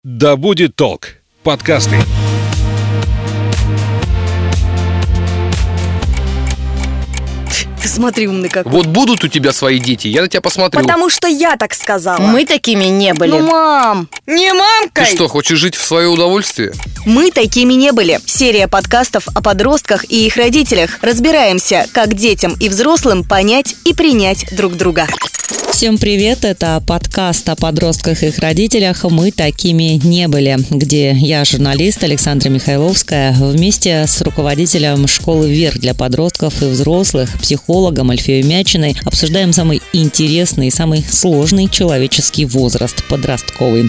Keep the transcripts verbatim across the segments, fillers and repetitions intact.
Да будет толк. Подкасты. Ты смотри, умный какой. Вот будут у тебя свои дети, я на тебя посмотрю. Потому что я так сказала. Мы такими не были. Ну, мам, не мамкой. Ты что, хочешь жить в свое удовольствие? Мы такими не были. Серия подкастов о подростках и их родителях. Разбираемся, как детям и взрослым понять и принять друг друга. Всем привет, это подкаст о подростках и их родителях «Мы такими не были», где я, журналист Александра Михайловская, вместе с руководителем школы «Вверх» для подростков и взрослых, психологом Альфией Мячиной, обсуждаем самый интересный и самый сложный человеческий возраст – подростковый.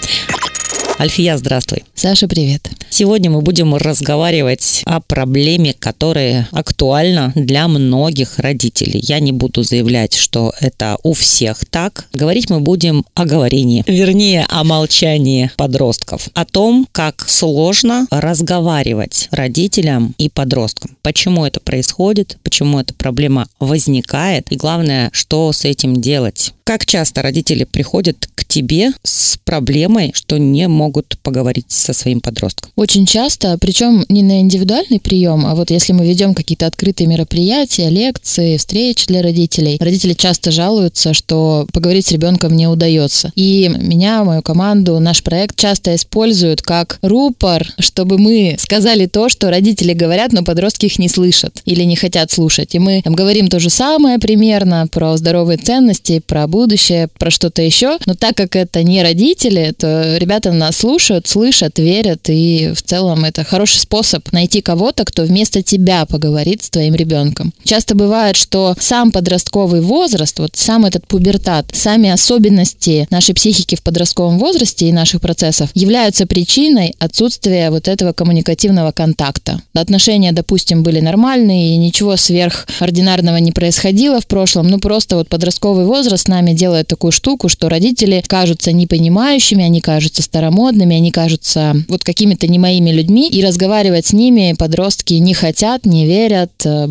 Альфия, здравствуй. Саша, привет. Сегодня мы будем разговаривать о проблеме, которая актуальна для многих родителей. Я не буду заявлять, что это у всех так. Говорить мы будем о говорении, вернее, о молчании подростков. О том, как сложно разговаривать родителям и подросткам. Почему это происходит, почему эта проблема возникает и, главное, что с этим делать. Как часто родители приходят к тебе с проблемой, что не могут поговорить со своим подростком? Очень часто, причем не на индивидуальный прием, а вот если мы ведем какие-то открытые мероприятия, лекции, встречи для родителей, родители часто жалуются, что поговорить с ребенком не удается. И меня, мою команду, наш проект часто используют как рупор, чтобы мы сказали то, что родители говорят, но подростки их не слышат или не хотят слушать. И мы там говорим то же самое примерно про здоровые ценности, про будущее, про что-то еще, но так как это не родители, то ребята нас слушают, слышат, верят, и в целом это хороший способ найти кого-то, кто вместо тебя поговорит с твоим ребенком. Часто бывает, что сам подростковый возраст, вот сам этот пубертат, сами особенности нашей психики в подростковом возрасте и наших процессов являются причиной отсутствия вот этого коммуникативного контакта. Отношения, допустим, были нормальные, и ничего сверхординарного не происходило в прошлом, ну просто вот подростковый возраст нами делает такую штуку, что родители кажутся непонимающими, они кажутся старомодными, они кажутся вот какими-то не моими людьми, и разговаривать с ними подростки не хотят, не верят,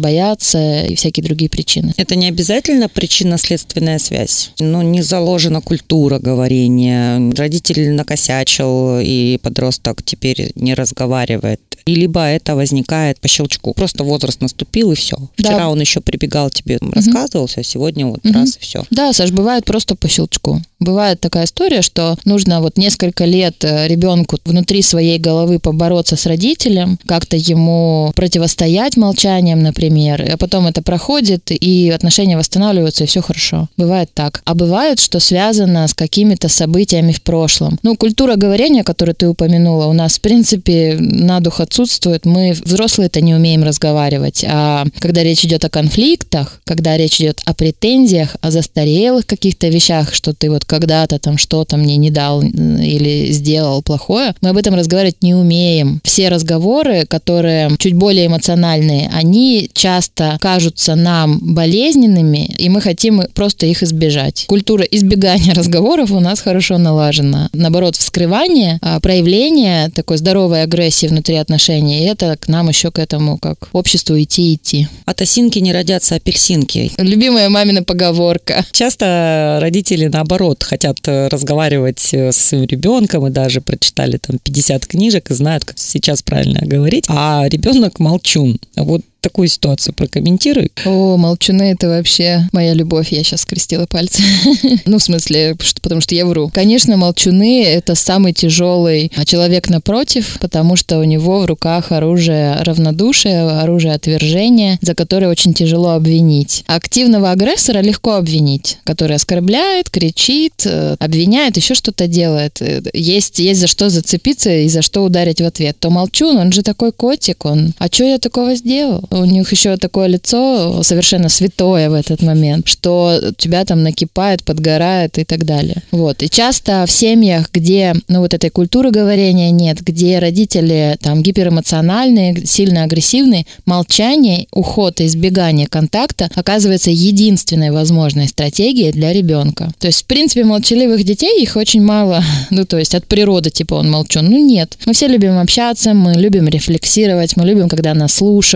боятся и всякие другие причины. Это не обязательно причинно-следственная связь. Ну, не заложена культура говорения, родитель накосячил, и подросток теперь не разговаривает. И либо это возникает по щелчку. Просто возраст наступил, и все. Вчера да. он еще прибегал тебе, угу. рассказывался, а сегодня вот угу. раз, и все. Да, Саш, бывает просто по щелчку. Бывает такая история, что нужно вот несколько лет ребенку внутри своей головы побороться с родителем, как-то ему противостоять молчанием, например, а потом это проходит, и отношения восстанавливаются, и все хорошо. Бывает так. А бывает, что связано с какими-то событиями в прошлом. Ну, культура говорения, которую ты упомянула, у нас, в принципе, на дух отсутствует. Мы, взрослые-то, не умеем разговаривать. А когда речь идет о конфликтах, когда речь идет о претензиях, о застарелых каких-то вещах, что ты вот когда-то там что-то мне не дал или сделал плохое, мы об этом разговаривать не умеем. Все разговоры, которые чуть более эмоциональные, они часто кажутся нам болезненными, и мы хотим просто их избежать. Культура избегания разговоров у нас хорошо налажена. Наоборот, вскрывание, проявление такой здоровой агрессии внутри отношений, и это к нам еще к этому, как обществу, идти идти. От осинки не родятся апельсинки. Любимая мамина поговорка. Часто родители, наоборот, хотят разговаривать с своим ребенком, и даже прочитали там пятьдесят книжек и знают, как сейчас правильно говорить, а ребенок молчун. Вот такую ситуацию прокомментируй. О, молчуны — это вообще моя любовь. Я сейчас скрестила пальцы. Ну, в смысле, потому что я вру. Конечно, молчуны — это самый тяжелый человек напротив, потому что у него в руках оружие равнодушия, оружие отвержения, за которое очень тяжело обвинить. А активного агрессора легко обвинить, который оскорбляет, кричит, обвиняет, еще что-то делает. Есть, есть за что зацепиться и за что ударить в ответ. То молчун, он же такой котик, он... А что я такого сделал? У них еще такое лицо совершенно святое в этот момент, что тебя там накипает, подгорает и так далее. Вот. И часто в семьях, где, ну, вот этой культуры говорения нет, где родители там гиперэмоциональные, сильно агрессивные, молчание, уход и избегание контакта оказывается единственной возможной стратегией для ребенка. То есть, в принципе, молчаливых детей их очень мало. Ну, то есть от природы, типа, он молчун. Ну, нет. Мы все любим общаться, мы любим рефлексировать, мы любим, когда нас слушают, любим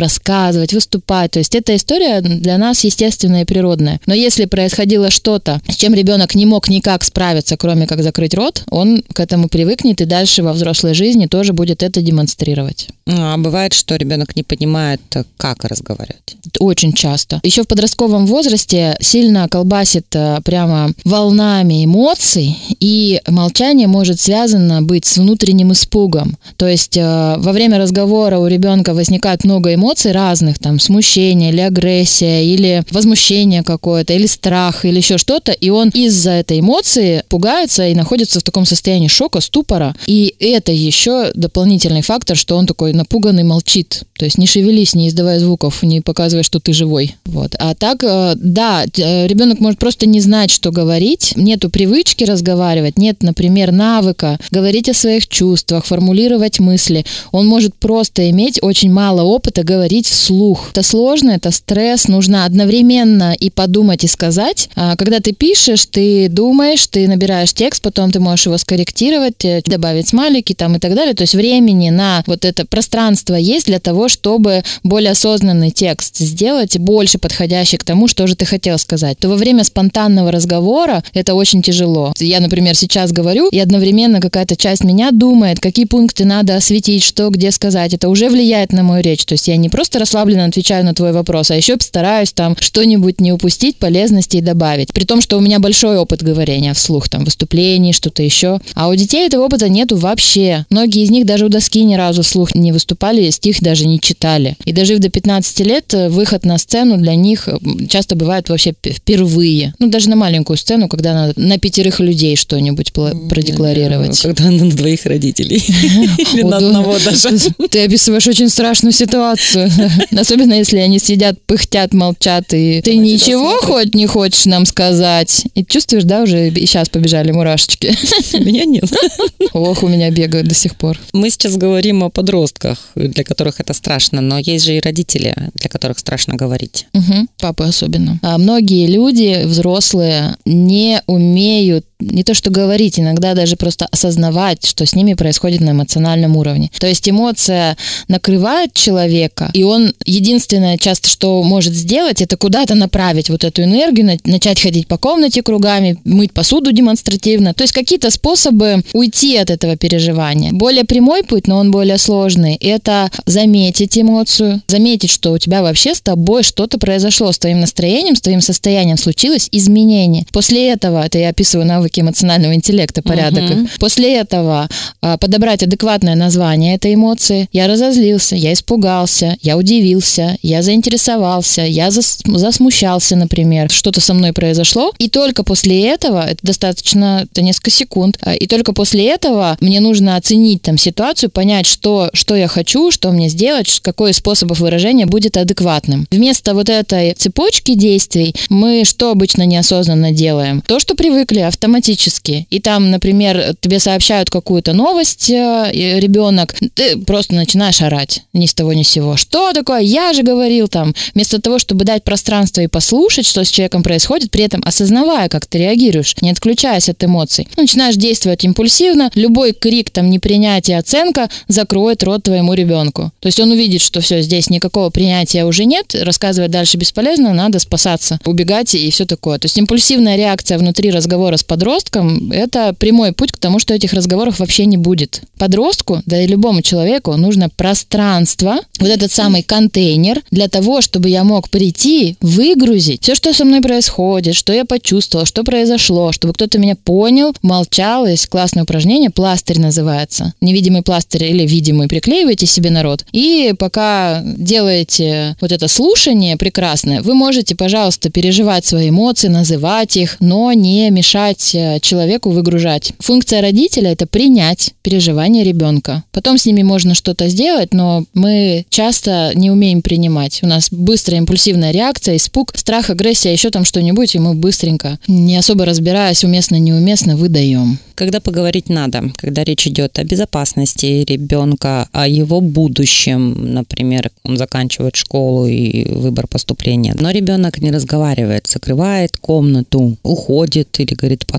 рассказывать, выступать. То есть эта история для нас естественная и природная. Но если происходило что-то, с чем ребенок не мог никак справиться, кроме как закрыть рот, он к этому привыкнет и дальше во взрослой жизни тоже будет это демонстрировать. А бывает, что ребенок не понимает, как разговаривать? Очень часто. Еще в подростковом возрасте сильно колбасит прямо волнами эмоций, и молчание может связано быть с внутренним испугом. То есть во время разговора у ребенка возникает много эмоций разных, там смущение или агрессия, или возмущение какое-то, или страх, или еще что-то, и он из-за этой эмоции пугается и находится в таком состоянии шока, ступора. И это еще дополнительный фактор, что он такой напуганный молчит. То есть не шевелись, не издавай звуков, не показывай, что ты живой. Вот. А так, да, ребенок может просто не знать, что говорить, нету привычки разговаривать, нет, например, навыка говорить о своих чувствах, формулировать мысли. Он может просто иметь очень мало опыта говорить вслух. Это сложно, это стресс, нужно одновременно и подумать, и сказать. А когда ты пишешь, ты думаешь, ты набираешь текст, потом ты можешь его скорректировать, добавить смайлики там и так далее. То есть времени на вот это пространство есть для того, чтобы более осознанный текст сделать, больше подходящий к тому, что же ты хотел сказать. То во время спонтанного разговора это очень тяжело. Я, например, сейчас говорю, и одновременно какая-то часть меня думает, какие пункты надо осветить, что где сказать. Это уже влияет на мою речь. То есть я не просто расслабленно отвечаю на твой вопрос, а еще постараюсь там что-нибудь не упустить, полезностей добавить. При том, что у меня большой опыт говорения вслух, там, выступлений, что-то еще. А у детей этого опыта нету вообще. Многие из них даже у доски ни разу вслух не выступали, стих даже не читали. И дожив до пятнадцати лет, выход на сцену для них часто бывает вообще впервые. Ну, даже на маленькую сцену, когда надо на пятерых людей что-нибудь продекларировать. Когда на двоих родителей. Или на одного даже. Ты описываешь очень страшную ситуацию. Особенно, если они сидят, пыхтят, молчат, и ты ничего хоть не хочешь нам сказать. И чувствуешь, да, уже и сейчас побежали мурашечки. У меня нет. Ох, у меня бегают до сих пор. Мы сейчас говорим о подростках, для которых это страшно, но есть же и родители, для которых страшно говорить. Угу, папы особенно. А многие люди, взрослые, не умеют не то что говорить, иногда даже просто осознавать, что с ними происходит на эмоциональном уровне. То есть эмоция накрывает человека, и он единственное часто, что может сделать, это куда-то направить вот эту энергию, начать ходить по комнате кругами, мыть посуду демонстративно. То есть какие-то способы уйти от этого переживания. Более прямой путь, но он более сложный, это заметить эмоцию, заметить, что у тебя вообще с тобой что-то произошло, с твоим настроением, с твоим состоянием случилось изменение. После этого, это я описываю навыки эмоционального интеллекта, порядок. Uh-huh. После этого а, подобрать адекватное название этой эмоции. Я разозлился, я испугался, я удивился, я заинтересовался, я зас, засмущался, например. Что-то со мной произошло. И только после этого, это достаточно, это несколько секунд, и только после этого мне нужно оценить там ситуацию, понять, что, что я хочу, что мне сделать, какой из способов выражения будет адекватным. Вместо вот этой цепочки действий мы что обычно неосознанно делаем? То, что привыкли автоматически. И там, например, тебе сообщают какую-то новость, ребенок, ты просто начинаешь орать ни с того ни с сего. Что такое? Я же говорил там. Вместо того, чтобы дать пространство и послушать, что с человеком происходит, при этом осознавая, как ты реагируешь, не отключаясь от эмоций. Начинаешь действовать импульсивно. Любой крик, там, непринятие, оценка закроет рот твоему ребенку. То есть он увидит, что все, здесь никакого принятия уже нет, рассказывать дальше бесполезно, надо спасаться, убегать и все такое. То есть импульсивная реакция внутри разговора с подростком — это прямой путь к тому, что этих разговоров вообще не будет. Подростку, да и любому человеку нужно пространство, вот этот самый контейнер, для того, чтобы я мог прийти, выгрузить все, что со мной происходит, что я почувствовал, что произошло, чтобы кто-то меня понял, молчал. Есть классное упражнение, пластырь называется. Невидимый пластырь или видимый приклеиваете себе на рот. И пока делаете вот это слушание прекрасное, вы можете, пожалуйста, переживать свои эмоции, называть их, но не мешать человеку выгружать. Функция родителя — это принять переживания ребенка. Потом с ними можно что-то сделать, но мы часто не умеем принимать. У нас быстрая импульсивная реакция, испуг, страх, агрессия, еще там что-нибудь, и мы быстренько, не особо разбираясь, уместно-неуместно, выдаем. Когда поговорить надо, когда речь идет о безопасности ребенка, о его будущем, например, он заканчивает школу и выбор поступления, но ребенок не разговаривает, закрывает комнату, уходит или говорит потом,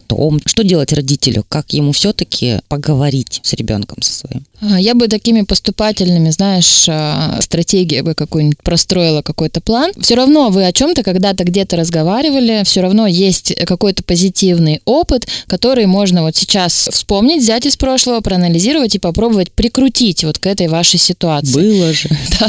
потом. Что делать родителю? Как ему все-таки поговорить с ребенком со своим? Я бы такими поступательными, знаешь, стратегией бы какую-нибудь простроила, какой-то план. Все равно вы о чем-то когда-то где-то разговаривали, все равно есть какой-то позитивный опыт, который можно вот сейчас вспомнить, взять из прошлого, проанализировать и попробовать прикрутить вот к этой вашей ситуации. Было же. Да.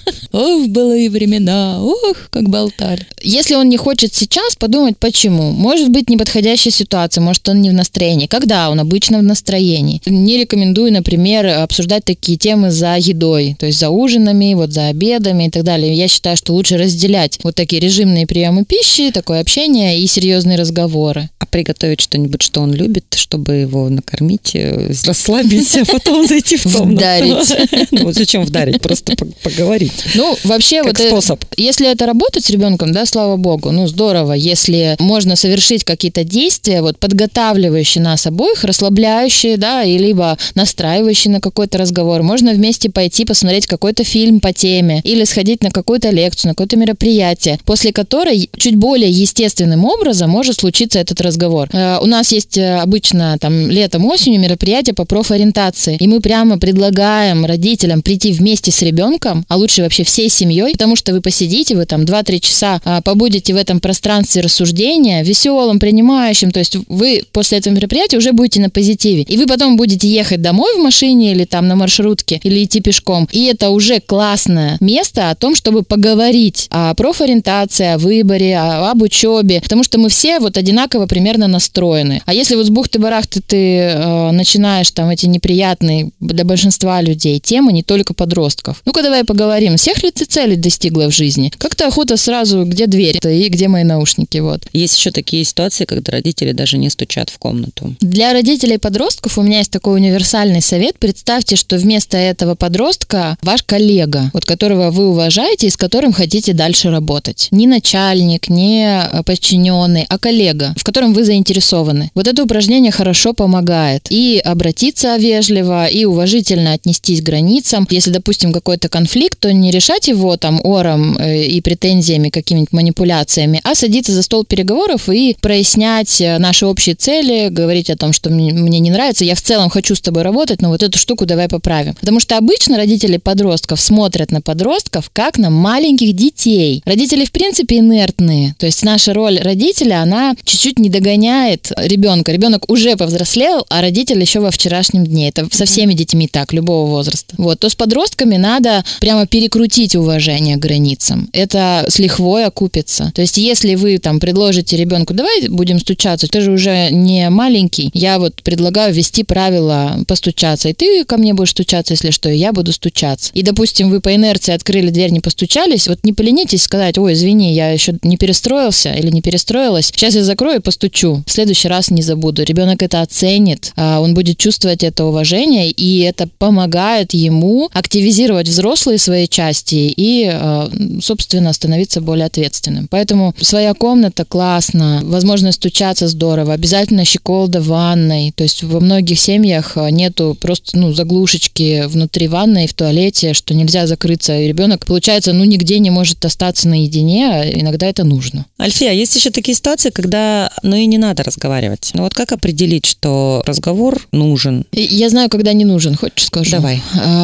Ох, былые времена, ох, как болтали. Если он не хочет сейчас, подумать, почему. Может быть, неподходящая ситуация, может, он не в настроении. Когда он обычно в настроении? Не рекомендую, например, обсуждать такие темы за едой, то есть за ужинами, вот за обедами и так далее. Я считаю, что лучше разделять вот такие режимные приемы пищи, такое общение и серьезные разговоры. А приготовить что-нибудь, что он любит, чтобы его накормить, расслабить, а потом зайти в комнату. Вдарить. Ну, зачем вдарить? Просто поговорить. Ну, вообще, как вот способ. Это, если это работать с ребенком, да, слава богу, ну, здорово, если можно совершить какие-то действия, вот, подготавливающие нас обоих, расслабляющие, да, и либо настраивающие на какой-то разговор. Можно вместе пойти посмотреть какой-то фильм по теме или сходить на какую-то лекцию, на какое-то мероприятие, после которой чуть более естественным образом может случиться этот разговор. Э, у нас есть обычно там летом, осенью мероприятия по профориентации, и мы прямо предлагаем родителям прийти вместе с ребенком, а лучше вообще всей семьей, потому что вы посидите, вы там два-три часа а, побудете в этом пространстве рассуждения, веселым, принимающим, то есть вы после этого мероприятия уже будете на позитиве, и вы потом будете ехать домой в машине или там на маршрутке, или идти пешком, и это уже классное место о том, чтобы поговорить о профориентации, о выборе, о, об учебе, потому что мы все вот одинаково примерно настроены. А если вот с бухты-барахты ты э, начинаешь там эти неприятные для большинства людей темы, не только подростков, ну-ка давай поговорим, всех ли ты целей достигла в жизни? Как-то охота сразу, где дверь и где мои наушники, вот. Есть еще такие ситуации, когда родители даже не стучат в комнату. Для родителей подростков у меня есть такой универсальный совет. Представьте, что вместо этого подростка ваш коллега, вот которого вы уважаете и с которым хотите дальше работать. Не начальник, не подчиненный, а коллега, в котором вы заинтересованы. Вот это упражнение хорошо помогает. И обратиться вежливо, и уважительно отнестись к границам. Если, допустим, какой-то конфликт, то не решать его там ором и претензиями, какими-нибудь манипуляциями, а садиться за стол переговоров и прояснять наши общие цели, говорить о том, что мне не нравится, я в целом хочу с тобой работать, но вот эту штуку давай поправим. Потому что обычно родители подростков смотрят на подростков как на маленьких детей. Родители, в принципе, инертные. То есть наша роль родителя, она чуть-чуть не догоняет ребенка. Ребенок уже повзрослел, а родитель еще во вчерашнем дне. Это со всеми детьми так, любого возраста. Вот. То с подростками надо прямо перекрутить уважение к границам. Это с лихвой окупится. То есть если вы там предложите ребенку, давай будем стучаться, ты же уже не маленький, я вот предлагаю ввести правила постучаться, и ты ко мне будешь стучаться, если что, и я буду стучаться. И, допустим, вы по инерции открыли дверь, не постучались, вот не поленитесь сказать, ой, извини, я еще не перестроился или не перестроилась, сейчас я закрою и постучу, в следующий раз не забуду. Ребенок это оценит, он будет чувствовать это уважение, и это помогает ему активизировать взрослые свои части и, собственно, становиться более ответственным. Поэтому своя комната классно, возможность стучаться здорово, обязательно щеколда в ванной, то есть во многих семьях нету просто, ну, заглушечки внутри ванной, в туалете, что нельзя закрыться, и ребенок, получается, ну, нигде не может остаться наедине, а иногда это нужно. Альфия, есть еще такие ситуации, когда, ну, и не надо разговаривать. Ну, вот как определить, что разговор нужен? Я знаю, когда не нужен, хочешь скажу? Давай.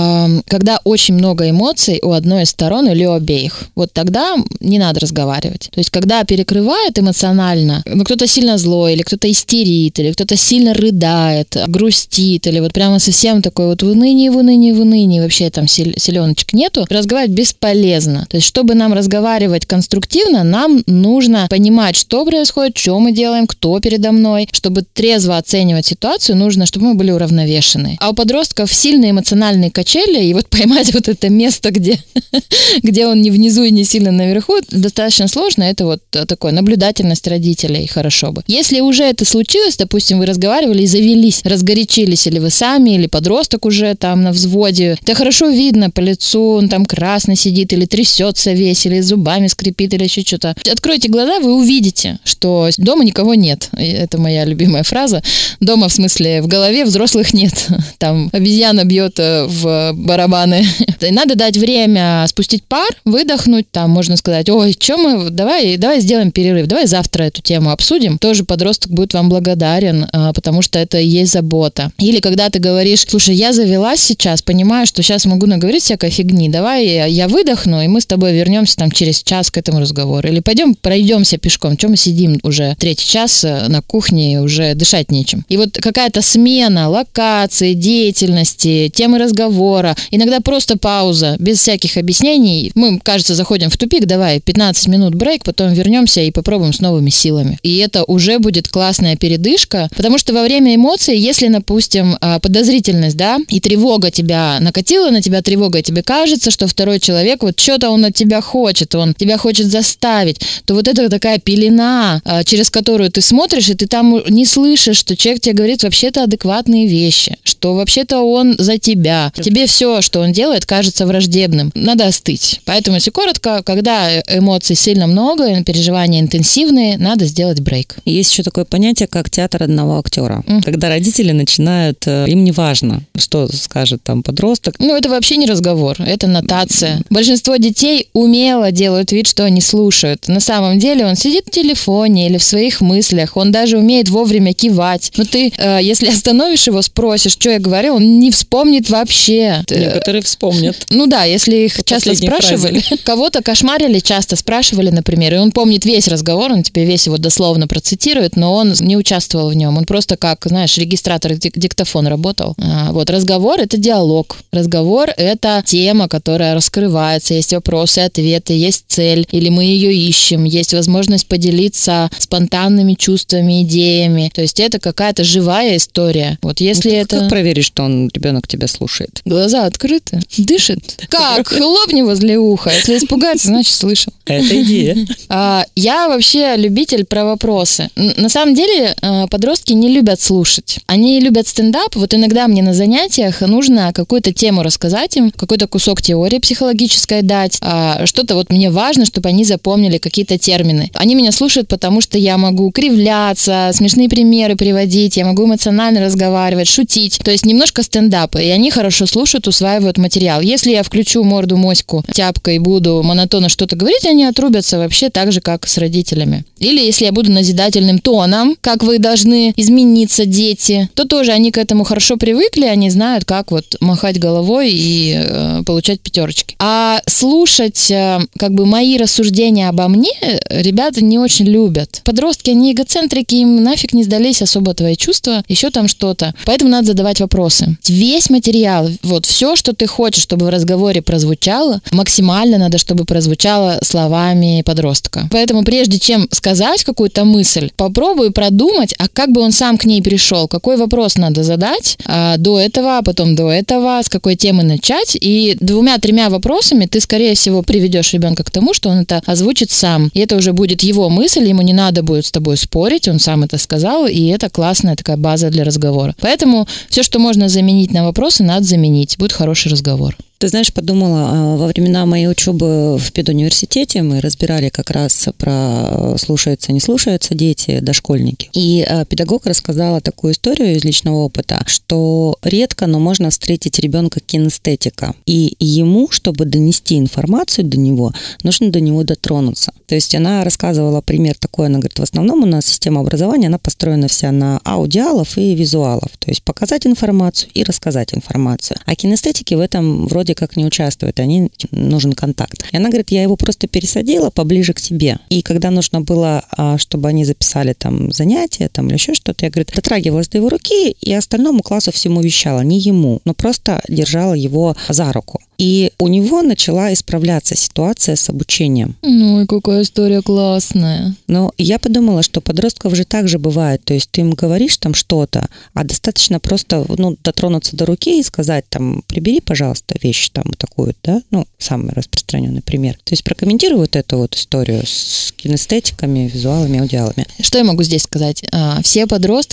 Когда очень много эмоций у одной из сторон или у обеих, вот тогда не надо разговаривать. То есть, когда перекрывает эмоционально, ну, кто-то сильно злой, или кто-то истерит, или кто-то сильно рыдает, грустит, или вот прямо совсем такой вот в унынии, в унынии, в унынии, вообще там селеночек нету, разговаривать бесполезно. То есть, чтобы нам разговаривать конструктивно, нам нужно понимать, что происходит, что мы делаем, кто передо мной. Чтобы трезво оценивать ситуацию, нужно, чтобы мы были уравновешены. А у подростков сильные эмоциональные качели, и вот поймать вот это место, где, где он не внизу и не сильно наверху, достаточно сложно. Это вот такое, наблюдательность родителей, хорошо бы. Если уже это случилось, допустим, вы разговаривали и завелись, разгорячились, или вы сами, или подросток уже там на взводе, это хорошо видно по лицу, он там красный сидит, или трясется весь, или зубами скрипит, или еще что-то. Откройте глаза, вы увидите, что дома никого нет. Это моя любимая фраза. Дома, в смысле, в голове взрослых нет. Там обезьяна бьет в барабаны. И надо дать время спустить пар, выдохнуть, там можно сказать, ой, что мы, давай, давай сделаем перерыв, давай завтра эту тему обсудим. Тоже подростки подросток будет вам благодарен, потому что это и есть забота. Или когда ты говоришь: слушай, я завелась сейчас, понимаю, что сейчас могу наговорить всякой фигни, давай я выдохну, и мы с тобой вернемся там через час к этому разговору. Или пойдем пройдемся пешком, чем мы сидим уже третий час на кухне, и уже дышать нечем. И вот какая-то смена локации, деятельности, темы разговора, иногда просто пауза, без всяких объяснений. Мы, кажется, заходим в тупик, давай пятнадцать минут брейк, потом вернемся и попробуем с новыми силами. И это уже будет классная передышка, потому что во время эмоций, если, допустим, подозрительность, да, и тревога тебя накатила, на тебя тревога, и тебе кажется, что второй человек, вот что-то он от тебя хочет, он тебя хочет заставить, то вот это такая пелена, через которую ты смотришь, и ты там не слышишь, что человек тебе говорит вообще-то адекватные вещи, что вообще-то он за тебя. Тебе все, что он делает, кажется враждебным. Надо остыть. Поэтому, если коротко, когда эмоций сильно много, переживания интенсивные, надо сделать брейк. Есть еще такое понятие, как театр одного актера. Mm. Когда родители начинают, им не важно, что скажет там подросток. Ну, это вообще не разговор, это нотация. Mm. Большинство детей умело делают вид, что они слушают. На самом деле он сидит в телефоне или в своих мыслях, он даже умеет вовремя кивать. Но ты, э, если остановишь его, спросишь, что я говорю, он не вспомнит вообще. Некоторые вспомнят. Ну да, если их по часто спрашивали. Фразе. Кого-то кошмарили, часто спрашивали, например, и он помнит весь разговор, он тебе весь его дословно процитирует, но он не участвовал в нем. Он просто как, знаешь, регистратор, диктофон работал. А, вот, разговор — это диалог. Разговор — это тема, которая раскрывается, есть вопросы, ответы, есть цель, или мы ее ищем, есть возможность поделиться спонтанными чувствами, идеями. То есть это какая-то живая история. Вот если ну, это... Как проверишь, что он, ребенок тебя слушает? Глаза открыты, дышит. Как? Хлопни возле уха. Если испугается, значит, слышал. Это идея. А, я вообще любитель про вопросы. На самом деле подростки не любят слушать. Они любят стендап. Вот иногда мне на занятиях нужно какую-то тему рассказать им, какой-то кусок теории психологической дать. А, что-то вот мне важно, чтобы они запомнили какие-то термины. Они меня слушают, потому что я могу кривляться, смешные примеры приводить, я могу эмоционально разговаривать, шутить. То есть немножко стендапа. И они хорошо слушают, усваивают материал. Если я включу морду моську тяпкой и буду монотонно что-то говорить, они отрубятся вообще так же, как с родителями. Или если я буду назидательным тоном, как вы должны измениться, дети, то тоже они к этому хорошо привыкли, они знают, как вот махать головой и э, получать пятерочки. А слушать э, как бы мои рассуждения обо мне ребята не очень любят. Подростки, они эгоцентрики, им нафиг не сдались особо твои чувства, еще там что-то. Поэтому надо задавать вопросы. Весь материал, вот все, что ты хочешь, чтобы в разговоре прозвучало, максимально надо, чтобы прозвучало словами подростка. Поэтому прежде чем сказать какую-то мысль, попробуй продумать, а как бы он сам к ней пришел, какой вопрос надо задать а, до этого, а потом до этого, с какой темы начать, и двумя-тремя вопросами ты, скорее всего, приведешь ребенка к тому, что он это озвучит сам. И это уже будет его мысль, ему не надо будет с тобой спорить, он сам это сказал, и это классная такая база для разговора. Поэтому все, что можно заменить на вопросы, надо заменить. Будет хороший разговор. Ты знаешь, подумала, во времена моей учебы в педуниверситете мы разбирали как раз про слушаются, не слушаются дети, дошкольники. И педагог рассказала такую историю из личного опыта, что редко, но можно встретить ребенка кинестетика. И ему, чтобы донести информацию до него, нужно до него дотронуться. То есть она рассказывала пример такой, она говорит, в основном у нас система образования, она построена вся на аудиалов и визуалов. То есть показать информацию и рассказать информацию. А кинестетики в этом вроде как не участвуют, они нужен контакт. И она говорит, я его просто пересадила поближе к себе. И когда нужно было, чтобы они записали там занятия там, или еще что-то, я, говорит, дотрагивалась до его руки и остальному классу всему вещала, не ему, но просто держала его за руку. И у него начала исправляться ситуация с обучением. Ну и какая история классная. Но я подумала, что подростков же так же бывает. То есть ты им говоришь там что-то, а достаточно просто ну, дотронуться до руки и сказать там, прибери, пожалуйста, вещь там такую, да, ну, самый распространенный пример. То есть прокомментируй вот эту вот историю с кинестетиками, визуалами, аудиалами. Что я могу здесь сказать? Все подростки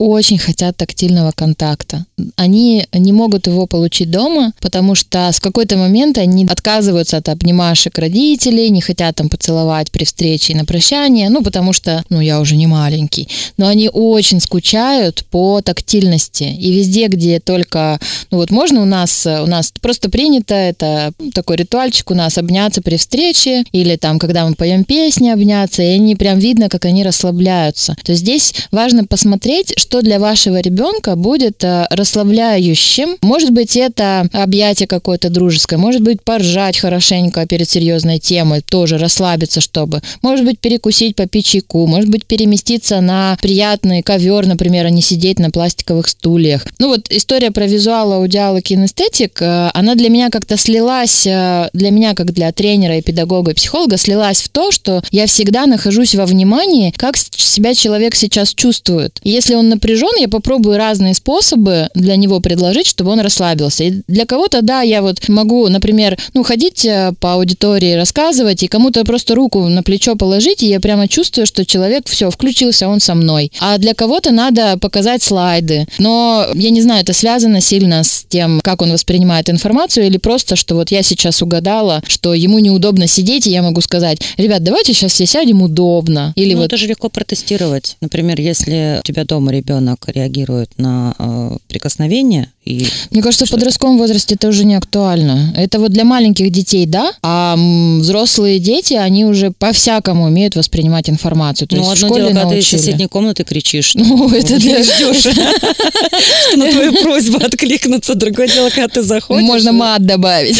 очень хотят тактильного контакта. Они не могут его получить дома, потому что с какой-то момента они отказываются от обнимашек родителей, не хотят там поцеловать при встрече и на прощание, ну, потому что, ну, я уже не маленький. Но они очень скучают по тактильности. И везде, где только, ну, вот можно у нас, у нас просто принято, это такой ритуальчик у нас, обняться при встрече, или там, когда мы поем песни, обняться, и они прям видно, как они расслабляются. То есть здесь важно посмотреть, что для вашего ребенка будет расслабляющим. Может быть, это объятие какое-то дружеское, может быть, поржать хорошенько перед серьезной темой, тоже расслабиться, чтобы, может быть, перекусить, попить чайку, может быть, переместиться на приятный ковер, например, а не сидеть на пластиковых стульях. Ну вот история про визуал, аудиал и кинестетик, она для меня как-то слилась, для меня, как для тренера и педагога и психолога, слилась в то, что я всегда нахожусь во внимании, как себя человек сейчас чувствует. И если он напряжен, я попробую разные способы для него предложить, чтобы он расслабился. И для кого-то, да, я вот могу, например, ну, ходить по аудитории, рассказывать, и кому-то просто руку на плечо положить, и я прямо чувствую, что человек, все, включился, он со мной. А для кого-то надо показать слайды. Но, я не знаю, это связано сильно с тем, как он воспринимает информацию, или просто, что вот я сейчас угадала, что ему неудобно сидеть, и я могу сказать: ребят, давайте сейчас все сядем удобно. Или ну, вот... это же легко протестировать. Например, если у тебя дома ребенок реагирует на э, прикосновение, и... Мне кажется, в подростковом возрасте это уже не актуально. Это вот для маленьких детей, да, а взрослые дети, они уже по-всякому умеют воспринимать информацию. То ну, есть одно в школе дело, когда научили. ты из соседней комнаты кричишь. Ну, это для... На твою просьбу откликнуться. Другое дело, когда ты заходишь. Можно мат добавить.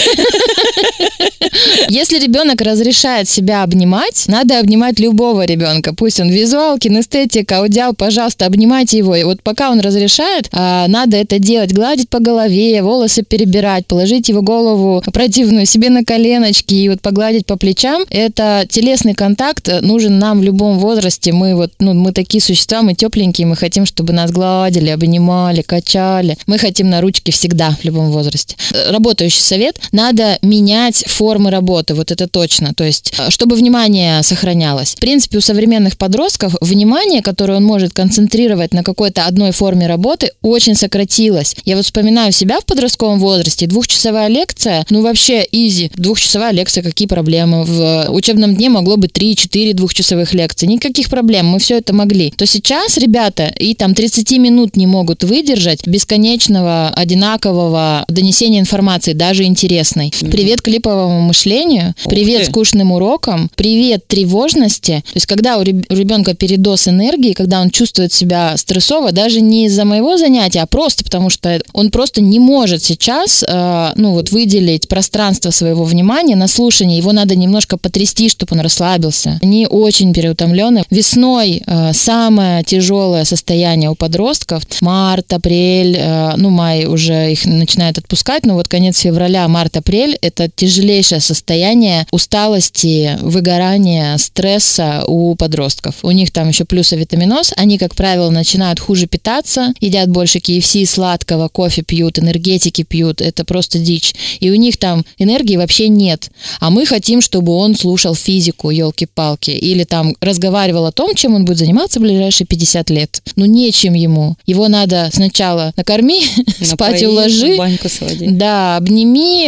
Если ребенок разрешает себя обнимать, надо обнимать любого ребенка. Пусть он визуал, кинестетик, аудиал, пожалуйста, обнимайте его. И вот пока он разрешает, надо это делать. Гладить по голове, волосы перебирать, положить его голову противную себе на коленочки и вот погладить по плечам. Это телесный контакт нужен нам в любом возрасте. Мы вот, ну, мы такие существа, мы тепленькие, мы хотим, чтобы нас гладили, обнимали, качали. Мы хотим на ручки всегда, в любом возрасте. Работающий совет: надо менять формы работы, вот это точно. То есть, чтобы внимание сохранялось. В принципе, у современных подростков внимание, которое он может концентрировать на какой-то одной форме работы, очень сократилось. Я вот вспоминаю себя в подростковом возрасте. Двухчасовая лекция, ну вообще изи. Двухчасовая лекция, какие проблемы? В учебном дне могло быть три-четыре двухчасовых лекций. Никаких проблем, мы все это могли. То сейчас ребята и там тридцать минут не могут выдержать бесконечного, одинакового донесения информации, даже интересной. Mm-hmm. Привет клиповому мышлению, oh, привет скучным урокам, привет тревожности. То есть когда у ребенка передоз энергии, когда он чувствует себя стрессово, даже не из-за моего занятия, а просто потому что он просто не может сейчас э, ну вот выделить пространство своего внимания на слушание. Его надо немножко потрясти, чтобы он расслабился. Они очень переутомлены. Весной э, самое тяжелое состояние у подростков. Март, апрель, э, ну май уже их начинает отпускать, но вот конец февраля, март, апрель – это тяжелейшее состояние усталости, выгорания, стресса у подростков. У них там еще плюс авитаминоз. Они, как правило, начинают хуже питаться, едят больше кей эф си, сладкого, кофе пьют, энергетики пьют. Это просто дичь. И у них там энергии вообще нет. А мы хотим, чтобы он слушал физику, елки-палки, или там разговаривал о том, чем он будет заниматься в ближайшие пятьдесят лет. Ну, нечем ему. Его надо сначала накорми, спать уложи, баньку своди. Да, обними,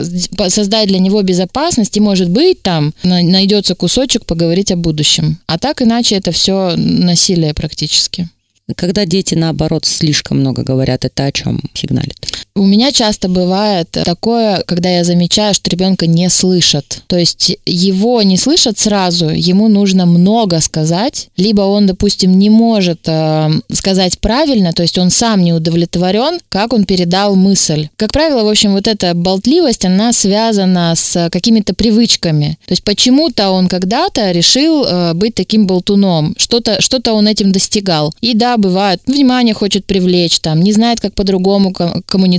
создать для него безопасность, и, может быть, там найдется кусочек поговорить о будущем. А так иначе это все насилие практически. Когда дети, наоборот, слишком много говорят, это о чем сигналит? У меня часто бывает такое, когда я замечаю, что ребенка не слышат. То есть его не слышат сразу, ему нужно много сказать, либо он, допустим, не может э, сказать правильно, то есть он сам не удовлетворен, как он передал мысль. Как правило, в общем, вот эта болтливость, она связана с какими-то привычками. То есть почему-то он когда-то решил э, быть таким болтуном, что-то, что-то он этим достигал. И да, бывает, внимание хочет привлечь, там, не знает, как по-другому коммуницировать,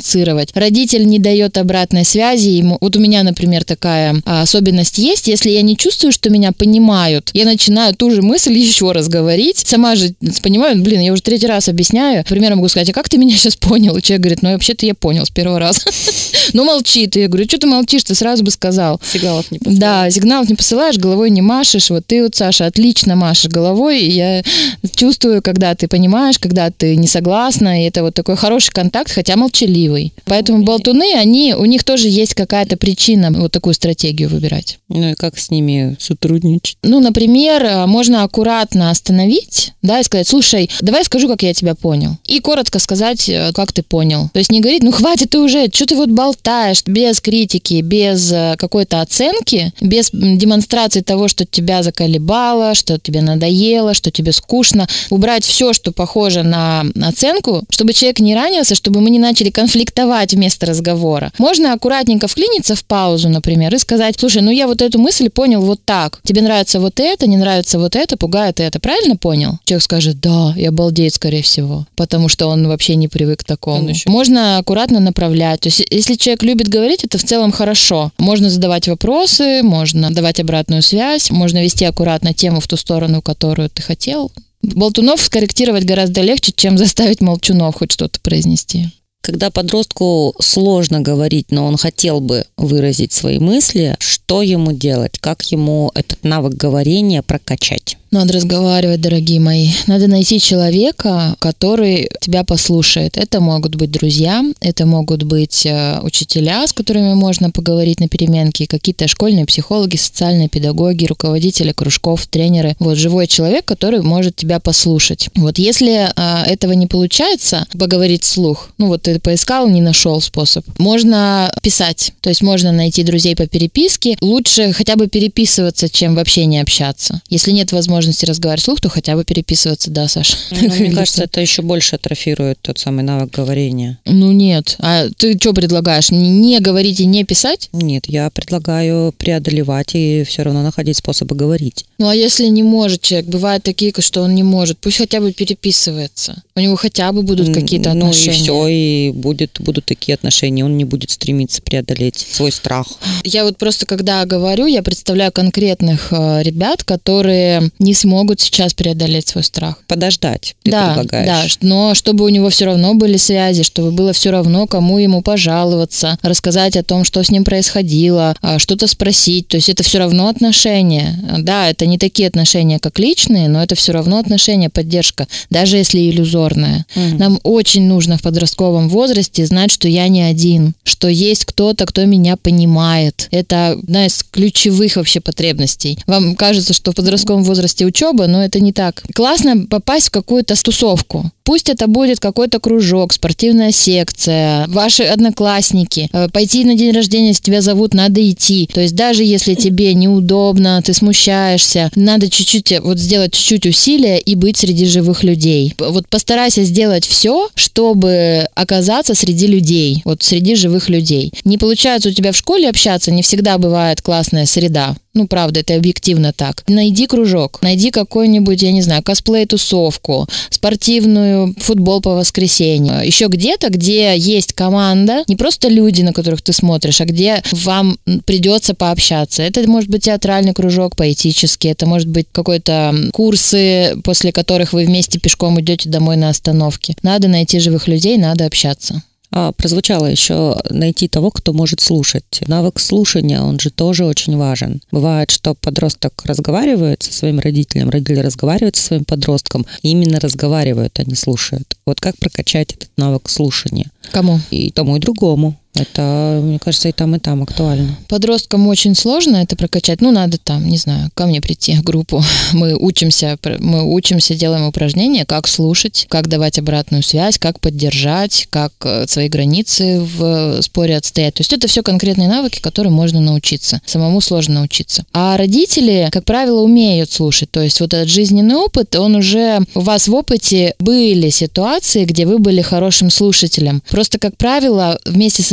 коммуницировать. Родитель не дает обратной связи ему. Вот у меня, например, такая особенность есть. Если я не чувствую, что меня понимают, я начинаю ту же мысль еще раз говорить. Сама же понимаю, блин, я уже третий раз объясняю. Примером могу сказать, а как ты меня сейчас понял? И человек говорит, ну, вообще-то я понял с первого раза. Ну, молчит. И я говорю, что ты молчишь? Ты сразу бы сказал. Сигналов не посылаешь. Да, сигналов не посылаешь, головой не машешь. Вот ты вот, Саша, отлично машешь головой. И я чувствую, когда ты понимаешь, когда ты не согласна. И это вот такой хороший контакт, хотя молчаливый. Поэтому болтуны, они, у них тоже есть какая-то причина вот такую стратегию выбирать. Ну и как с ними сотрудничать? Ну, например, можно аккуратно остановить, да, и сказать, слушай, давай скажу, как я тебя понял. И коротко сказать, как ты понял. То есть не говорить, ну хватит ты уже, что ты вот болтаешь, без критики, без какой-то оценки, без демонстрации того, что тебя заколебало, что тебе надоело, что тебе скучно. Убрать все, что похоже на оценку, чтобы человек не ранился, чтобы мы не начали конфликтовать вместо разговора. Можно аккуратненько вклиниться в паузу, например, и сказать, слушай, ну я вот эту мысль понял вот так. Тебе нравится вот это, не нравится вот это, пугает это. Правильно понял? Человек скажет, да, и обалдеет, скорее всего, потому что он вообще не привык к такому. Можно аккуратно направлять. То есть, если человек любит говорить, это в целом хорошо. Можно задавать вопросы, можно давать обратную связь, можно вести аккуратно тему в ту сторону, которую ты хотел. Болтунов скорректировать гораздо легче, чем заставить молчунов хоть что-то произнести. Когда подростку сложно говорить, но он хотел бы выразить свои мысли, что ему делать? Как ему этот навык говорения прокачать? Надо разговаривать, дорогие мои. Надо найти человека, который тебя послушает. Это могут быть друзья, это могут быть э, учителя, с которыми можно поговорить на переменке, какие-то школьные психологи, социальные педагоги, руководители кружков, тренеры. Вот живой человек, который может тебя послушать. Вот если э, этого не получается, поговорить вслух, ну вот ты поискал, не нашел способ, можно писать. То есть можно найти друзей по переписке. Лучше хотя бы переписываться, чем вообще не общаться. Если нет возможности возможности разговаривать вслух, то хотя бы переписываться, да, Саша? Ну, мне кажется, это еще больше атрофирует тот самый навык говорения. Ну нет. А ты что предлагаешь? Не говорить и не писать? Нет, я предлагаю преодолевать и все равно находить способы говорить. Ну а если не может человек? Бывают такие, что он не может. Пусть хотя бы переписывается. У него хотя бы будут какие-то отношения. Ну и все, и будет, будут такие отношения. Он не будет стремиться преодолеть свой страх. Я вот просто, когда говорю, я представляю конкретных э, ребят, которые не смогут сейчас преодолеть свой страх. Подождать, ты да, предлагаешь. Да, но чтобы у него все равно были связи, чтобы было все равно, кому ему пожаловаться, рассказать о том, что с ним происходило, что-то спросить. То есть это все равно отношения. Да, это не такие отношения, как личные, но это все равно отношения, поддержка, даже если иллюзорная. Mm-hmm. Нам очень нужно в подростковом возрасте знать, что я не один, что есть кто-то, кто меня понимает. Это одна из ключевых вообще потребностей. Вам кажется, что в подростковом возрасте учеба, но это не так. Классно попасть в какую-то тусовку. Пусть это будет какой-то кружок, спортивная секция, ваши одноклассники. Пойти на день рождения, если тебя зовут, надо идти. То есть даже если тебе неудобно, ты смущаешься, надо чуть-чуть, вот сделать чуть-чуть усилия и быть среди живых людей. Вот постарайся сделать все, чтобы оказаться среди людей, вот среди живых людей. Не получается у тебя в школе общаться, не всегда бывает классная среда. Ну, правда, это объективно так. Найди кружок, найди какой-нибудь, я не знаю, косплей-тусовку, спортивную, футбол по воскресенью. Еще где-то, где есть команда, не просто люди, на которых ты смотришь, а где вам придется пообщаться. Это может быть театральный кружок поэтический, это может быть какой-то курсы, после которых вы вместе пешком идете домой на остановке. Надо найти живых людей, надо общаться. А, прозвучало еще найти того, кто может слушать. Навык слушания, он же тоже очень важен. Бывает, что подросток разговаривает со своим родителем, родители разговаривают со своим подростком, и именно разговаривают, а не слушают. Вот как прокачать этот навык слушания? Кому? И тому, и другому. Это, мне кажется, и там, и там актуально. Подросткам очень сложно это прокачать. Ну, надо там, не знаю, ко мне прийти в группу. Мы учимся, мы учимся, делаем упражнения, как слушать, как давать обратную связь, как поддержать, как свои границы в споре отстоять. То есть это все конкретные навыки, которым можно научиться. Самому сложно научиться. А родители, как правило, умеют слушать. То есть вот этот жизненный опыт, он уже у вас в опыте были ситуации, где вы были хорошим слушателем. Просто, как правило, вместе со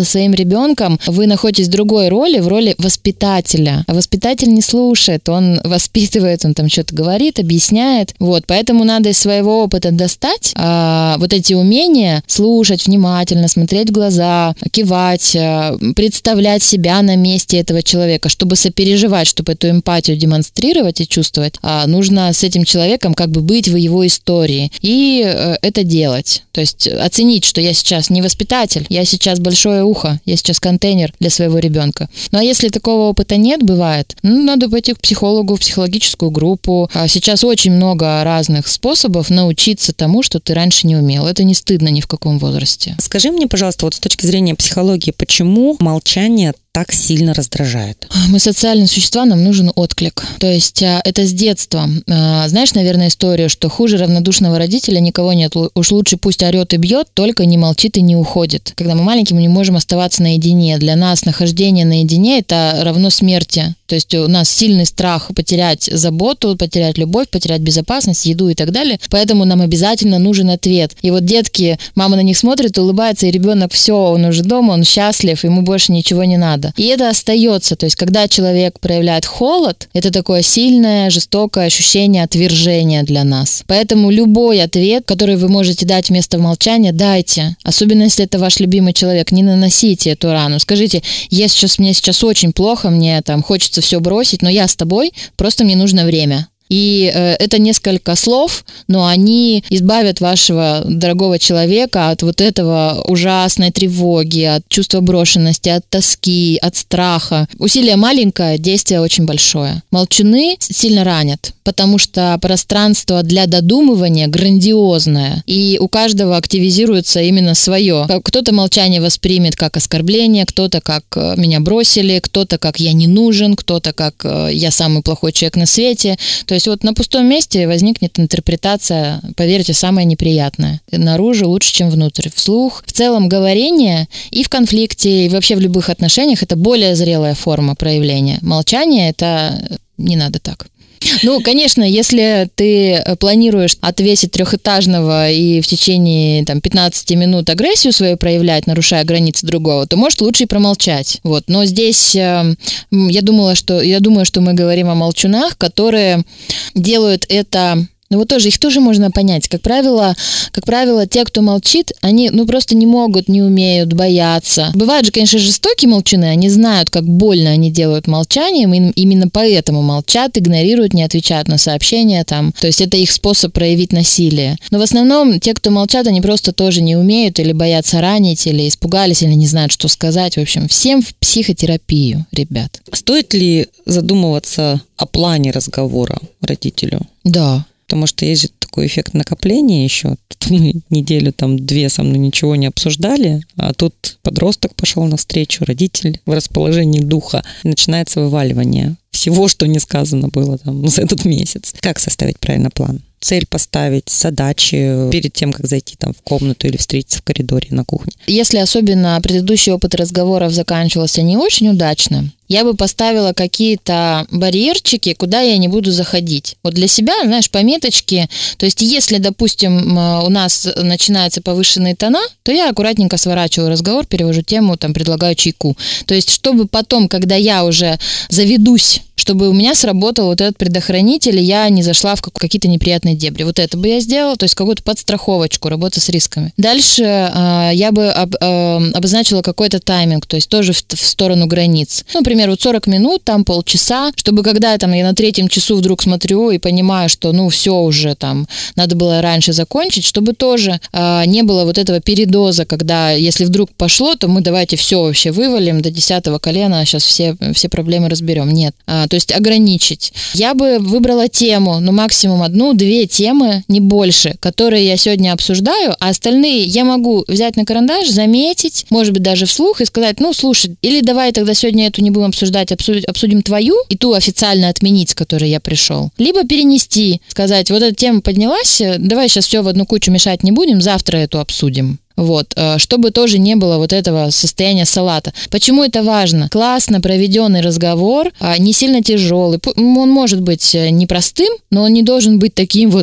своим ребенком вы находитесь в другой роли, в роли воспитателя. А воспитатель не слушает, он воспитывает, он там что-то говорит, объясняет. Вот, поэтому надо из своего опыта достать а, вот эти умения слушать внимательно, смотреть в глаза, кивать, а, представлять себя на месте этого человека, чтобы сопереживать, чтобы эту эмпатию демонстрировать и чувствовать. А, нужно с этим человеком как бы быть в его истории и а, это делать. То есть оценить, что я сейчас не воспитатель, я сейчас большое ухо, я сейчас контейнер для своего ребенка. Ну а если такого опыта нет, бывает, ну, надо пойти к психологу, в психологическую группу. А сейчас очень много разных способов научиться тому, что ты раньше не умел. Это не стыдно ни в каком возрасте. Скажи мне, пожалуйста, вот с точки зрения психологии, почему молчание так сильно раздражает? Мы социальные существа, нам нужен отклик. То есть это с детства. Знаешь, наверное, историю, что хуже равнодушного родителя никого нет. Уж лучше пусть орет и бьет, только не молчит и не уходит. Когда мы маленькие, мы не можем оставаться наедине. Для нас нахождение наедине – это равно смерти. То есть у нас сильный страх потерять заботу, потерять любовь, потерять безопасность, еду и так далее. Поэтому нам обязательно нужен ответ. И вот детки, мама на них смотрит, улыбается, и ребенок все, он уже дома, он счастлив, ему больше ничего не надо. И это остается. То есть, когда человек проявляет холод, это такое сильное, жестокое ощущение отвержения для нас. Поэтому любой ответ, который вы можете дать вместо молчания, дайте. Особенно, если это ваш любимый человек. Не наносите эту рану. Скажите, я сейчас, мне сейчас очень плохо, мне там хочется все бросить, но я с тобой, просто мне нужно время. И э, это несколько слов, но они избавят вашего дорогого человека от вот этого ужасной тревоги, от чувства брошенности, от тоски, от страха. Усилие маленькое, действие очень большое. Молчуны сильно ранят, потому что пространство для додумывания грандиозное, и у каждого активизируется именно свое. Кто-то молчание воспримет как оскорбление, кто-то как меня бросили, кто-то как я не нужен, кто-то как я самый плохой человек на свете. То есть вот на пустом месте возникнет интерпретация, поверьте, самая неприятная. Наружу лучше, чем внутрь. Вслух. В целом говорение и в конфликте, и вообще в любых отношениях это более зрелая форма проявления. Молчание – это не надо так. Ну, конечно, если ты планируешь отвесить трехэтажного и в течение там, пятнадцать минут агрессию свою проявлять, нарушая границы другого, то, может, лучше и промолчать. Вот. Но здесь э, я думала, что, я думаю, что мы говорим о молчунах, которые делают это... Ну вот тоже, их тоже можно понять. Как правило, как правило, те, кто молчит, они ну просто не могут, не умеют, боятся. Бывают же, конечно, жестокие молчуны, они знают, как больно они делают молчанием, и именно поэтому молчат, игнорируют, не отвечают на сообщения там. То есть это их способ проявить насилие. Но в основном те, кто молчат, они просто тоже не умеют или боятся ранить, или испугались, или не знают, что сказать. В общем, всем в психотерапию, ребят. Стоит ли задумываться о плане разговора родителю? Да. Потому что есть же такой эффект накопления еще. Тут мы неделю, там, две со мной ничего не обсуждали, а тут подросток пошел навстречу, родитель в расположении духа. И начинается вываливание всего, что не сказано было там за этот месяц. Как составить правильно план? Цель поставить, задачи перед тем, как зайти там в комнату или встретиться в коридоре на кухне. Если особенно предыдущий опыт разговоров заканчивался не очень удачно, я бы поставила какие-то барьерчики, куда я не буду заходить. Вот для себя, знаешь, пометочки. То есть, если, допустим, у нас начинаются повышенные тона, то я аккуратненько сворачиваю разговор, перевожу тему, там, предлагаю чайку. То есть, чтобы потом, когда я уже заведусь, чтобы у меня сработал вот этот предохранитель, и я не зашла в какие-то неприятные дебри. Вот это бы я сделала, то есть какую-то подстраховочку, работа с рисками. Дальше э, я бы об, э, обозначила какой-то тайминг, то есть тоже в, в сторону границ. Ну, например, вот сорок минут, там полчаса, чтобы когда там, я на третьем часу вдруг смотрю и понимаю, что ну все уже там, надо было раньше закончить, чтобы тоже э, не было вот этого передоза, когда если вдруг пошло, то мы давайте все вообще вывалим до десятого колена, сейчас все, все проблемы разберем. Нет. А, то есть ограничить. Я бы выбрала тему, ну максимум одну-две темы, не больше, которые я сегодня обсуждаю, а остальные я могу взять на карандаш, заметить, может быть даже вслух и сказать, ну слушай, или давай тогда сегодня эту не будем обсуждать, обсудим, обсудим твою и ту официально отменить, с которой я пришел. Либо перенести, сказать, вот эта тема поднялась, давай сейчас все в одну кучу мешать не будем, завтра эту обсудим. Вот, чтобы тоже не было вот этого состояния салата. Почему это важно? Классно проведенный разговор, не сильно тяжелый. Он может быть непростым, но он не должен быть таким вот, вот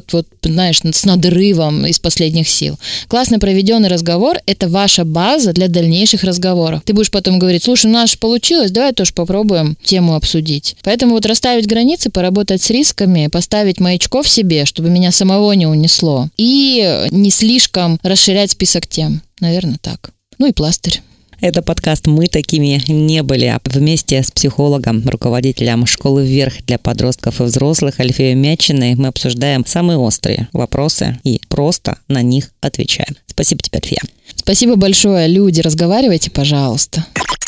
знаешь, с надрывом из последних сил. Классно проведенный разговор – это ваша база для дальнейших разговоров. Ты будешь потом говорить: слушай, у нас же получилось, давай тоже попробуем тему обсудить. Поэтому вот расставить границы, поработать с рисками, поставить маячков себе, чтобы меня самого не унесло, и не слишком расширять список тем. Наверное, так. Ну и пластырь. Это подкаст «Мы такими не были». Вместе с психологом, руководителем школы «Вверх» для подростков и взрослых Альфией Мячиной мы обсуждаем самые острые вопросы и просто на них отвечаем. Спасибо тебе, Альфия. Спасибо большое. Люди, разговаривайте, пожалуйста.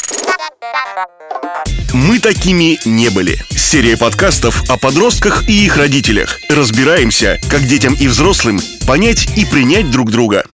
«Мы такими не были». Серия подкастов о подростках и их родителях. Разбираемся, как детям и взрослым понять и принять друг друга.